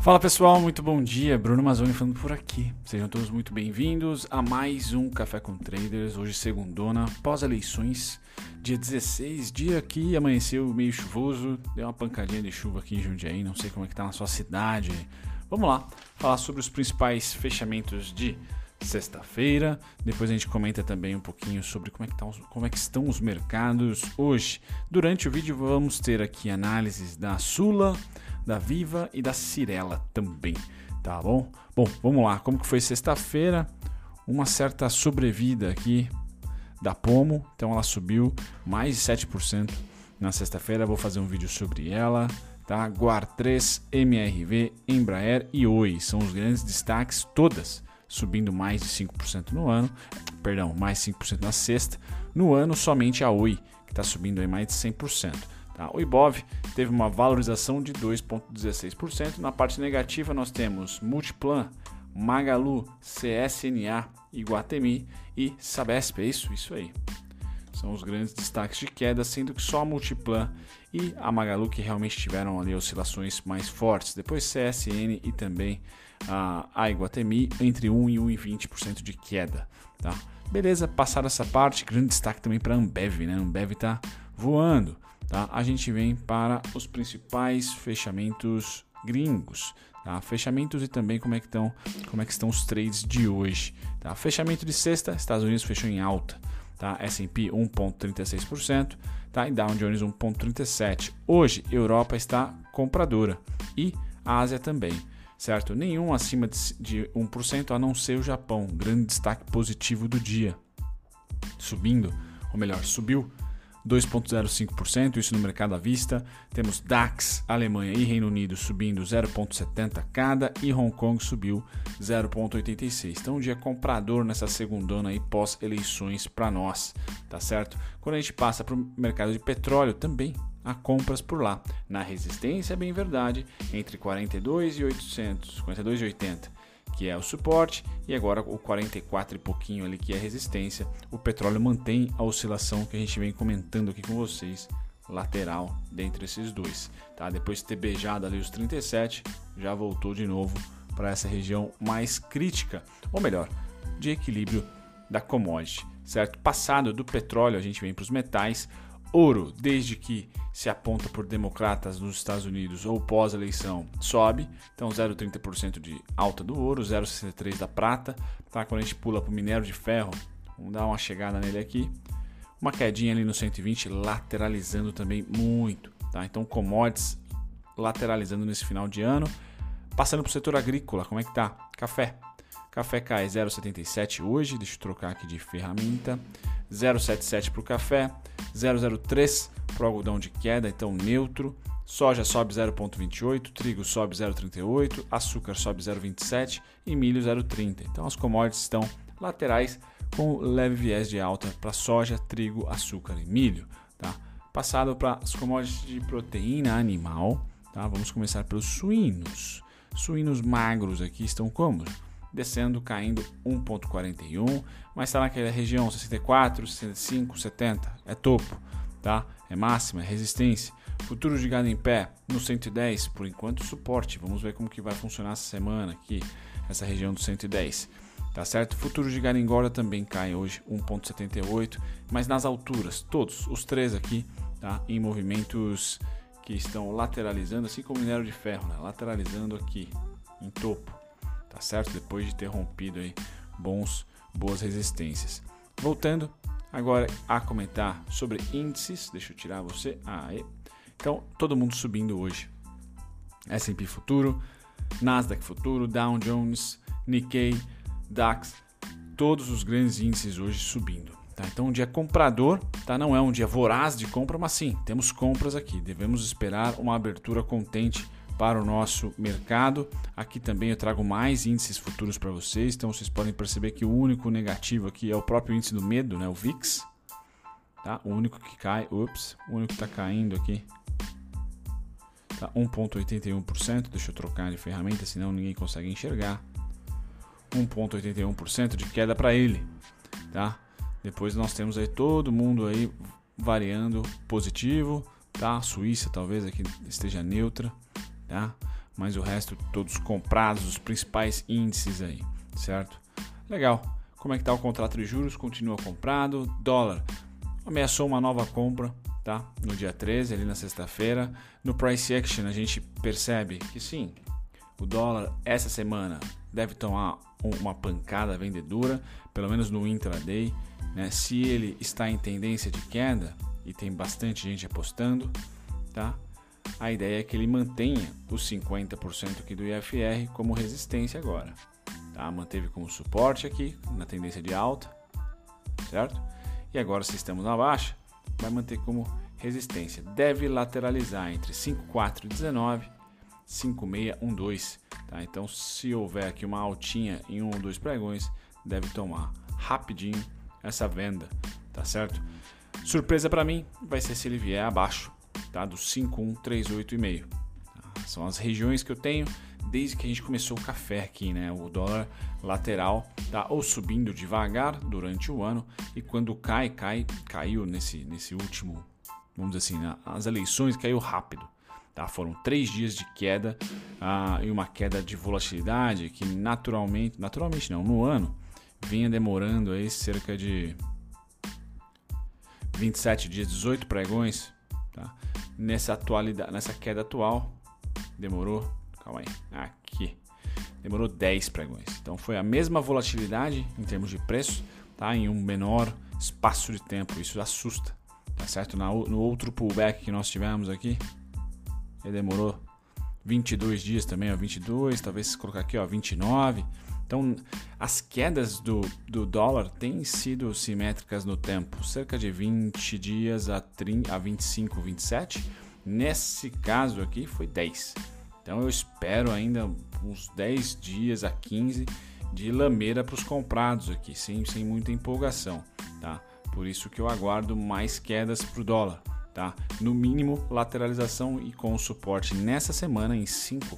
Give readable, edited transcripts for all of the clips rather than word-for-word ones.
Fala pessoal, muito bom dia, Bruno Mazzoni falando por aqui. Sejam todos muito bem-vindos a mais um Café com Traders, hoje segundona, pós-eleições, dia 16, dia que amanheceu meio chuvoso, deu uma pancadinha de chuva aqui em Jundiaí, não sei como é que tá na sua cidade. Vamos lá, falar sobre os principais fechamentos de sexta-feira, depois a gente comenta também um pouquinho sobre como é que estão os mercados hoje. Durante o vídeo vamos ter aqui análises da Sula, da Viva e da Cyrela também, tá bom? Bom, vamos lá, como que foi sexta-feira? Uma certa sobrevida aqui da Pomo, então ela subiu mais de 7% na sexta-feira, vou fazer um vídeo sobre ela, tá? Guar3, MRV, Embraer e Oi, são os grandes destaques, todas subindo mais de 5% no ano, mais 5% na sexta, no ano somente a Oi, que está subindo aí mais de 100%. Tá? O Ibov teve uma valorização de 2,16%. Na parte negativa nós temos Multiplan, Magalu, CSNA, Iguatemi e Sabesp. É isso aí. São os grandes destaques de queda, sendo que só a Multiplan e a Magalu que realmente tiveram ali oscilações mais fortes. Depois CSN e também a Iguatemi entre 1 e 1,20% de queda. Tá? Beleza, passada essa parte, grande destaque também para a Ambev, né? A Ambev está voando. Tá? A gente vem para os principais fechamentos gringos, tá? Fechamentos e também como é que estão os trades de hoje. Tá? Fechamento de sexta, Estados Unidos fechou em alta, tá? S&P 1,36%, tá? E Dow Jones 1,37%. Hoje Europa está compradora e a Ásia também, certo? Nenhum acima de 1%, a não ser o Japão, grande destaque positivo do dia, subiu 2,05%, isso no mercado à vista. Temos DAX, Alemanha e Reino Unido subindo 0,70 cada e Hong Kong subiu 0,86. Então, um dia comprador nessa segundona aí pós-eleições para nós, tá certo? Quando a gente passa para o mercado de petróleo, também há compras por lá. Na resistência, é bem verdade, entre 42,80, que é o suporte, e agora o 44 e pouquinho ali que é a resistência. O petróleo mantém a oscilação que a gente vem comentando aqui com vocês, lateral dentre esses dois, tá? Depois de ter beijado ali os 37, já voltou de novo para essa região mais crítica, ou melhor, de equilíbrio da commodity, certo? Passado do petróleo, a gente vem para os metais. Ouro, desde que se aponta por democratas nos Estados Unidos ou pós-eleição, sobe. Então 0,30% de alta do ouro, 0,63% da prata. Tá? Quando a gente pula para o minério de ferro, vamos dar uma chegada nele aqui. Uma quedinha ali no 120, lateralizando também muito. Tá? Então commodities lateralizando nesse final de ano. Passando para o setor agrícola, como é que tá? Café. Café cai 0,77 hoje, deixa eu trocar aqui de ferramenta. 0,77 para o café, 0,03 para o algodão de queda, então neutro. Soja sobe 0,28, trigo sobe 0,38, açúcar sobe 0,27 e milho 0,30. Então as commodities estão laterais com leve viés de alta para soja, trigo, açúcar e milho. Tá? Passado para as commodities de proteína animal, tá? Vamos começar pelos suínos. Suínos magros aqui estão como? Descendo, caindo 1,41, mas está naquela região 64, 65, 70, é topo, tá? É máxima, é resistência. Futuros de gado em pé no 110, por enquanto suporte. Vamos ver como que vai funcionar essa semana aqui, essa região do 110, tá certo? Futuros de gado em engorda também cai hoje 1,78, mas nas alturas, todos os três aqui, tá? Em movimentos que estão lateralizando, assim como o minério de ferro, né? Lateralizando aqui em topo. Tá certo? Depois de ter rompido aí boas resistências. Voltando agora a comentar sobre índices. Deixa eu tirar você. Então, todo mundo subindo hoje. S&P futuro, Nasdaq futuro, Dow Jones, Nikkei, DAX. Todos os grandes índices hoje subindo. Tá? Então, um dia comprador, tá? Não é um dia voraz de compra, mas sim, temos compras aqui. Devemos esperar uma abertura contente para o nosso mercado. Aqui também eu trago mais índices futuros para vocês, então vocês podem perceber que o único negativo aqui é o próprio índice do medo, né? O VIX, tá? O único que cai, o único que está caindo aqui, tá? 1,81%, deixa eu trocar de ferramenta, senão ninguém consegue enxergar. 1,81% de queda para ele, tá? Depois nós temos aí todo mundo aí variando positivo, tá? A Suíça talvez aqui esteja neutra, tá? mas o resto todos comprados, os principais índices aí, certo? Legal. Como é que tá o contrato de juros? Continua comprado. Dólar ameaçou uma nova compra, tá? No dia 13, ali na sexta-feira. No Price Action a gente percebe que sim, o dólar essa semana deve tomar uma pancada vendedora, pelo menos no intraday, né? Se ele está em tendência de queda, e tem bastante gente apostando, tá? A ideia é que ele mantenha os 50% aqui do IFR como resistência agora, tá? Manteve como suporte aqui na tendência de alta, certo? E agora, se estamos na baixa, vai manter como resistência. Deve lateralizar entre 5,419 e 5,612, tá? Então, se houver aqui uma altinha em um ou dois pregões, deve tomar rapidinho essa venda, tá certo? Surpresa para mim vai ser se ele vier abaixo, tá? Do 5,138,5. Tá? São as regiões que eu tenho desde que a gente começou o café aqui, né? O dólar lateral tá ou subindo devagar durante o ano, e quando caiu nesse último, vamos dizer assim, as eleições caiu rápido, tá? Foram 3 dias de queda e uma queda de volatilidade que naturalmente não, no ano vinha demorando aí cerca de 27 dias, 18 pregões, tá? Nessa queda atual demorou, calma aí, aqui, demorou 10 pregões. Então foi a mesma volatilidade em termos de preço, tá? Em um menor espaço de tempo. Isso assusta, tá certo? No outro pullback que nós tivemos aqui, ele demorou 22 dias também, ó, 22, talvez se colocar aqui, ó, 29. Então, as quedas do dólar têm sido simétricas no tempo, cerca de 20 dias a 25, 27. Nesse caso aqui foi 10. Então, eu espero ainda uns 10 dias a 15 de lameira para os comprados aqui, sem muita empolgação, tá? Por isso que eu aguardo mais quedas para o dólar, tá? No mínimo, lateralização e com suporte nessa semana em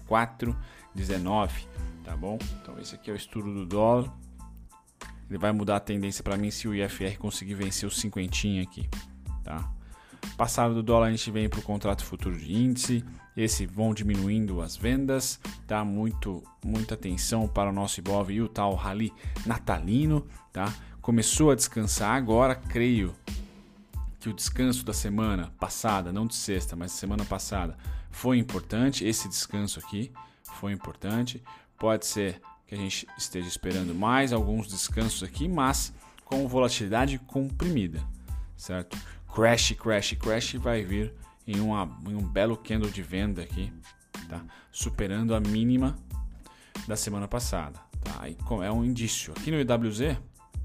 5,419. Tá bom? Então esse aqui é o estudo do dólar. Ele vai mudar a tendência para mim se o IFR conseguir vencer os 50 aqui, tá? Passado do dólar a gente vem para o contrato futuro de índice. Esse vão diminuindo as vendas, tá? Muita atenção para o nosso Ibov e o tal rally natalino, tá? Começou a descansar agora, creio que o descanso da semana passada, não de sexta, mas semana passada, foi importante. Esse descanso aqui foi importante. Pode ser que a gente esteja esperando mais alguns descansos aqui, mas com volatilidade comprimida, certo? Crash vai vir em um belo candle de venda aqui, tá? Superando a mínima da semana passada, tá? É um indício. Aqui no IWZ,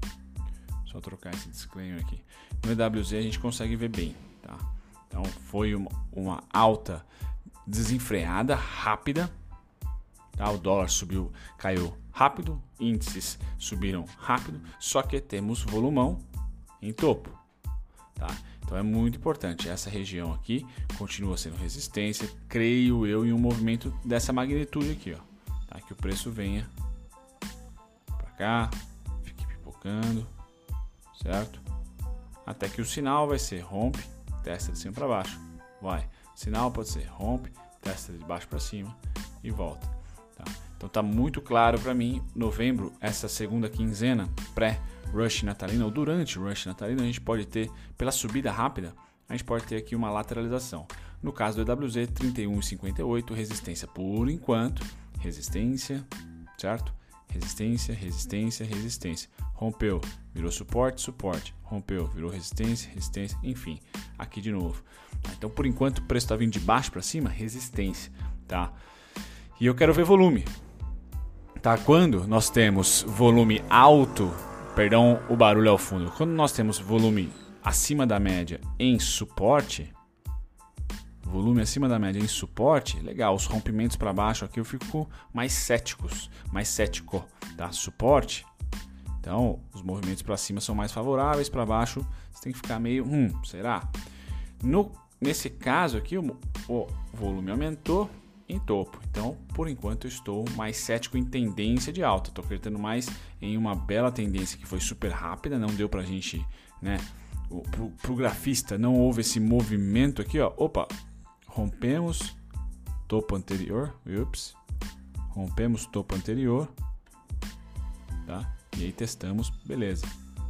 só trocar esse disclaimer aqui. No IWZ a gente consegue ver bem, tá? Então foi uma alta desenfreada, rápida. Tá, o dólar caiu rápido, índices subiram rápido, só que temos volumão em topo, tá? Então é muito importante, essa região aqui continua sendo resistência, creio eu, em um movimento dessa magnitude aqui, ó, tá? Que o preço venha para cá, fique pipocando, certo? Até que o sinal vai ser rompe, testa de cima para baixo, vai, sinal pode ser rompe, testa de baixo para cima e volta. Então tá muito claro para mim, novembro, essa segunda quinzena pré-rush natalino ou durante o rush natalino, a gente pode ter, pela subida rápida, a gente pode ter aqui uma lateralização. No caso do EWZ, 31,58, resistência por enquanto, resistência, certo? Resistência, rompeu, virou suporte, rompeu, virou resistência, enfim, aqui de novo. Então por enquanto o preço está vindo de baixo para cima, resistência, tá? E eu quero ver volume. Tá? Quando nós temos volume alto, perdão, o barulho ao fundo. Quando nós temos volume acima da média em suporte, legal, os rompimentos para baixo aqui eu fico mais cético, tá? Suporte, então os movimentos para cima são mais favoráveis, para baixo você tem que ficar meio, será? Nesse caso aqui o volume aumentou em topo, então por enquanto eu estou mais cético em tendência de alta, estou acreditando mais em uma bela tendência que foi super rápida, não deu pra gente, né, pro grafista não houve esse movimento aqui, ó, rompemos, topo anterior, rompemos o topo anterior, tá? E aí testamos, beleza.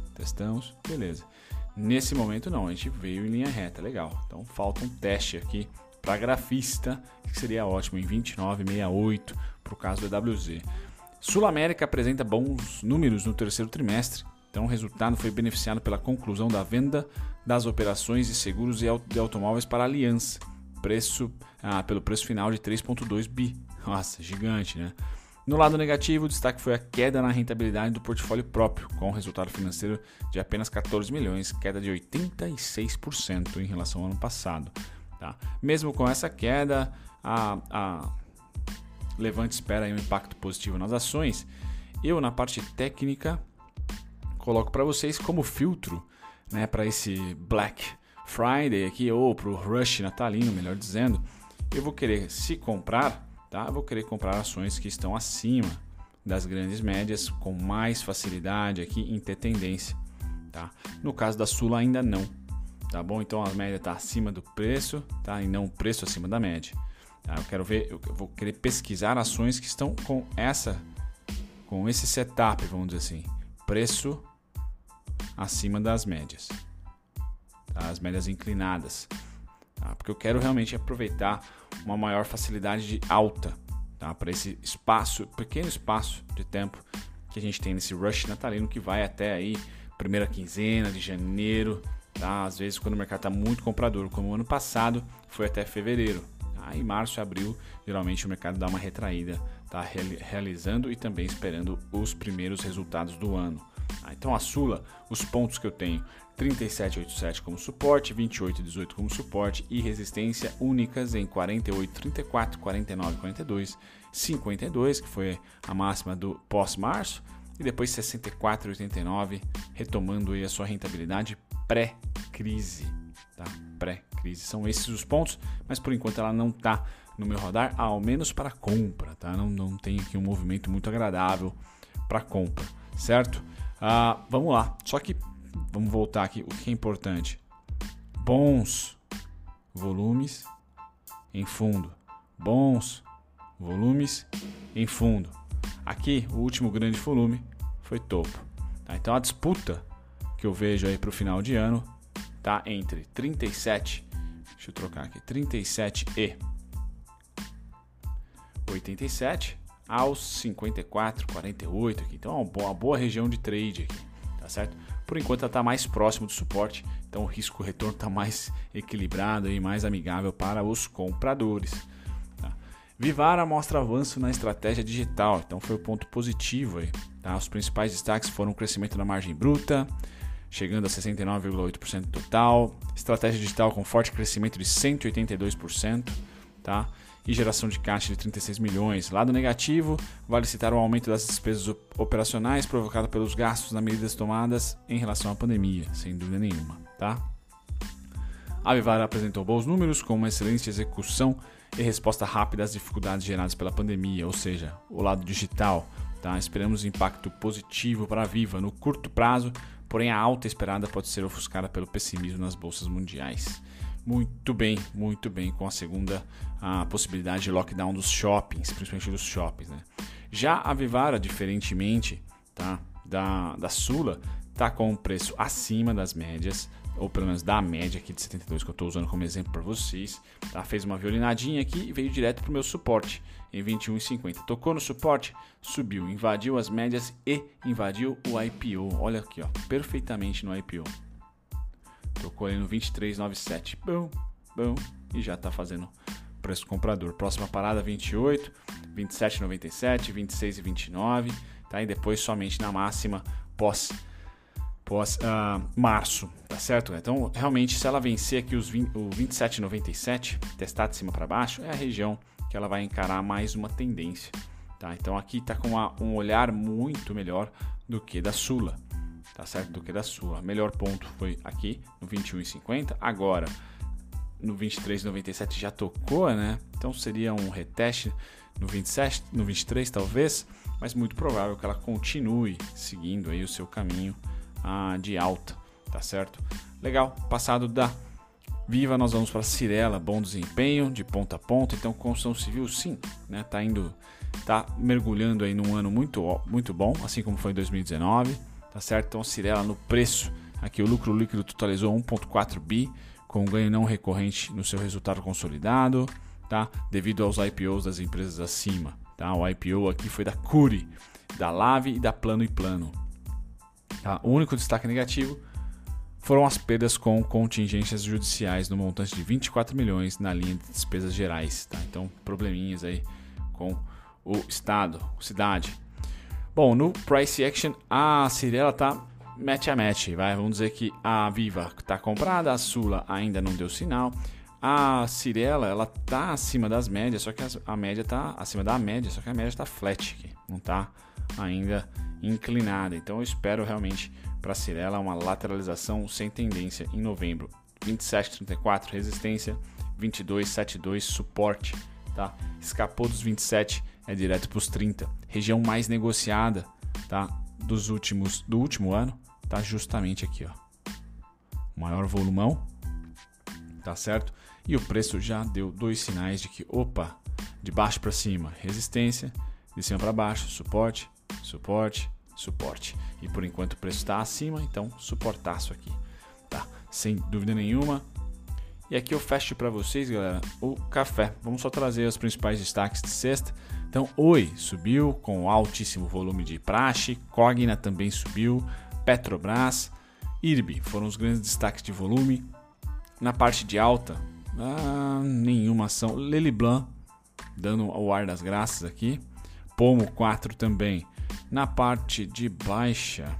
Nesse momento não, a gente veio em linha reta, legal. Então falta um teste aqui para grafista, que seria ótimo, em 29,68 para o caso do EWZ. Sul América apresenta bons números no terceiro trimestre, então o resultado foi beneficiado pela conclusão da venda das operações de seguros de automóveis para a Aliança, pelo preço final de 3,2 bi. Nossa, gigante, né? No lado negativo, o destaque foi a queda na rentabilidade do portfólio próprio, com um resultado financeiro de apenas 14 milhões, queda de 86% em relação ao ano passado. Tá? Mesmo com essa queda, a Levante espera aí um impacto positivo nas ações. Eu, na parte técnica, coloco para vocês como filtro, né, para esse Black Friday aqui, ou para o Rush natalino, melhor dizendo, eu vou querer, se comprar, tá? Eu vou querer comprar ações que estão acima das grandes médias, com mais facilidade aqui em ter tendência. Tá? No caso da Sula ainda não. Tá bom? Então a média está acima do preço, tá? E não o preço acima da média. Tá? Eu vou querer pesquisar ações que estão com esse setup, vamos dizer assim. Preço acima das médias. Tá? As médias inclinadas. Tá? Porque eu quero realmente aproveitar uma maior facilidade de alta, tá? Para esse pequeno espaço de tempo que a gente tem nesse rush natalino, que vai até aí primeira quinzena de janeiro, tá? Às vezes quando o mercado está muito comprador, como o ano passado foi até fevereiro, tá? Em março e abril geralmente o mercado dá uma retraída, tá? Realizando e também esperando os primeiros resultados do ano. Então a Sula, os pontos que eu tenho: 37,87 como suporte, 28,18 como suporte e resistência únicas em 48,34, 49,42, 52, que foi a máxima do pós-março, e depois 64,89, retomando aí a sua rentabilidade pré-crise. Tá? Pré-crise. São esses os pontos, mas por enquanto ela não está no meu radar, ao menos para compra. Tá? Não tem aqui um movimento muito agradável para compra, certo? Vamos lá, só que vamos voltar aqui, o que é importante: bons volumes em fundo, bons volumes em fundo. Aqui o último grande volume foi topo, tá? Então a disputa que eu vejo aí para o final de ano tá entre 37, deixa eu trocar aqui, 37 e 87 aos 54, 48 aqui. Então é uma boa região de trade aqui, tá certo? Por enquanto ela está mais próximo do suporte, então o risco-retorno está mais equilibrado e mais amigável para os compradores. Tá? Vivara mostra avanço na estratégia digital, então foi o ponto positivo aí. Tá? Os principais destaques foram o crescimento da margem bruta, chegando a 69,8% total, estratégia digital com forte crescimento de 182%, tá? E geração de caixa de 36 milhões. Lado negativo, vale citar o aumento das despesas operacionais provocado pelos gastos nas medidas tomadas em relação à pandemia, sem dúvida nenhuma. Tá? A Vivara apresentou bons números, com uma excelente execução e resposta rápida às dificuldades geradas pela pandemia, ou seja, o lado digital. Tá? Esperamos impacto positivo para a Viva no curto prazo, porém a alta esperada pode ser ofuscada pelo pessimismo nas bolsas mundiais. Muito bem, com a segunda possibilidade de lockdown dos shoppings, principalmente dos shoppings. Né? Já a Vivara, diferentemente, tá, da Sula, está com um preço acima das médias, ou pelo menos da média aqui de 72, que eu estou usando como exemplo para vocês. Tá? Fez uma violinadinha aqui e veio direto para o meu suporte, em 21,50. Tocou no suporte, subiu, invadiu as médias e invadiu o IPO. Olha aqui, ó, perfeitamente no IPO. Tocou ali no 23,97. Bom, e já está fazendo preço comprador. Próxima parada 28, 27,97, 26,29, tá? E depois somente na máxima pós março, tá certo? Então, realmente, se ela vencer aqui o 27,97, testar de cima para baixo, é a região que ela vai encarar mais uma tendência, tá? Então, aqui está com um olhar muito melhor do que da Sula. Tá certo? Do que da Sula. Melhor ponto foi aqui no 21,50. Agora no 23,97 já tocou, né? Então seria um reteste no 27, no 23 talvez, mas muito provável que ela continue seguindo aí o seu caminho de alta, tá certo? Legal. Passado da Viva, nós vamos para Cyrela, bom desempenho de ponta a ponta. Então, construção civil, sim, né? Tá mergulhando aí num ano muito bom, assim como foi em 2019, tá certo? Então, Cyrela no preço, aqui o lucro líquido totalizou 1,4 bi, com ganho não recorrente no seu resultado consolidado, tá? Devido aos IPOs das empresas acima, tá? O IPO aqui foi da Cury, da Lave e da Plano & Plano. Tá? O único destaque negativo foram as perdas com contingências judiciais no montante de 24 milhões na linha de despesas gerais. Tá? Então, probleminhas aí com o Estado, cidade. Bom, no Price Action, a Cyrela tá match a match. Vamos dizer que a Viva está comprada, a Sula ainda não deu sinal. A Cyrela, ela tá acima das médias, só que a média tá acima da média, só que a média está flat aqui, não tá ainda inclinada. Então eu espero realmente para a Cyrela uma lateralização sem tendência em novembro. 27,34 resistência, 22,72 suporte, tá? Escapou dos 27, é direto para os 30. Região mais negociada, tá? Do último ano, tá justamente aqui, ó. Maior volumão, tá certo? E o preço já deu 2 sinais de que, opa, de baixo para cima, resistência, de cima para baixo, suporte, suporte, suporte. E por enquanto o preço está acima, então suportaço aqui, tá? Sem dúvida nenhuma. E aqui eu fecho para vocês, galera, o café. Vamos só trazer os principais destaques de sexta. Então, Oi subiu com altíssimo volume de praxe, Cogna também subiu, Petrobras, IRB foram os grandes destaques de volume. Na parte de alta, nenhuma ação. Lely Blanc dando o ar das graças aqui. Pomo 4 também. Na parte de baixa,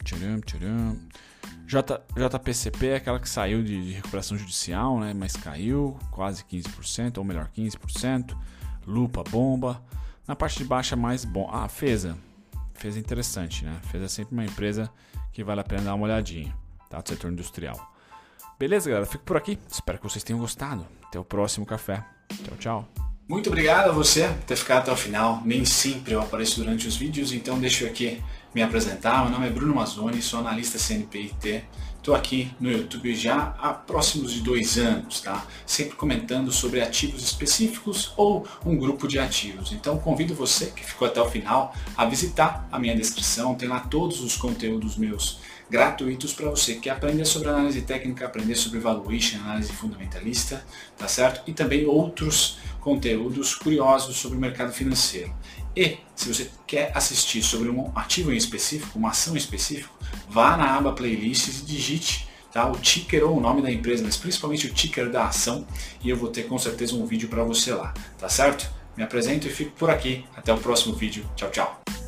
JPCP é aquela que saiu de recuperação judicial, né? Mas caiu quase 15%, ou melhor, 15%. Lupa, bomba. Na parte de baixa, mais bom. Feza. Feza é interessante, né? Feza é sempre uma empresa que vale a pena dar uma olhadinha, tá? Do setor industrial. Beleza, galera? Fico por aqui. Espero que vocês tenham gostado. Até o próximo café. Tchau, tchau. Muito obrigado a você por ter ficado até o final. Nem sempre eu apareço durante os vídeos, então deixa eu aqui me apresentar. Meu nome é Bruno Mazzoni, sou analista CNPIT. Estou aqui no YouTube já há próximos de 2 anos, tá? Sempre comentando sobre ativos específicos ou um grupo de ativos. Então convido você que ficou até o final a visitar a minha descrição. Tem lá todos os conteúdos meus gratuitos para você que quer aprender sobre análise técnica, aprender sobre valuation, análise fundamentalista, tá certo? E também outros conteúdos curiosos sobre o mercado financeiro. E se você quer assistir sobre um ativo em específico, uma ação em específico, vá na aba playlists e digite, tá, o ticker ou o nome da empresa, mas principalmente o ticker da ação, e eu vou ter com certeza um vídeo para você lá, tá certo? Me apresento e fico por aqui. Até o próximo vídeo. Tchau, tchau.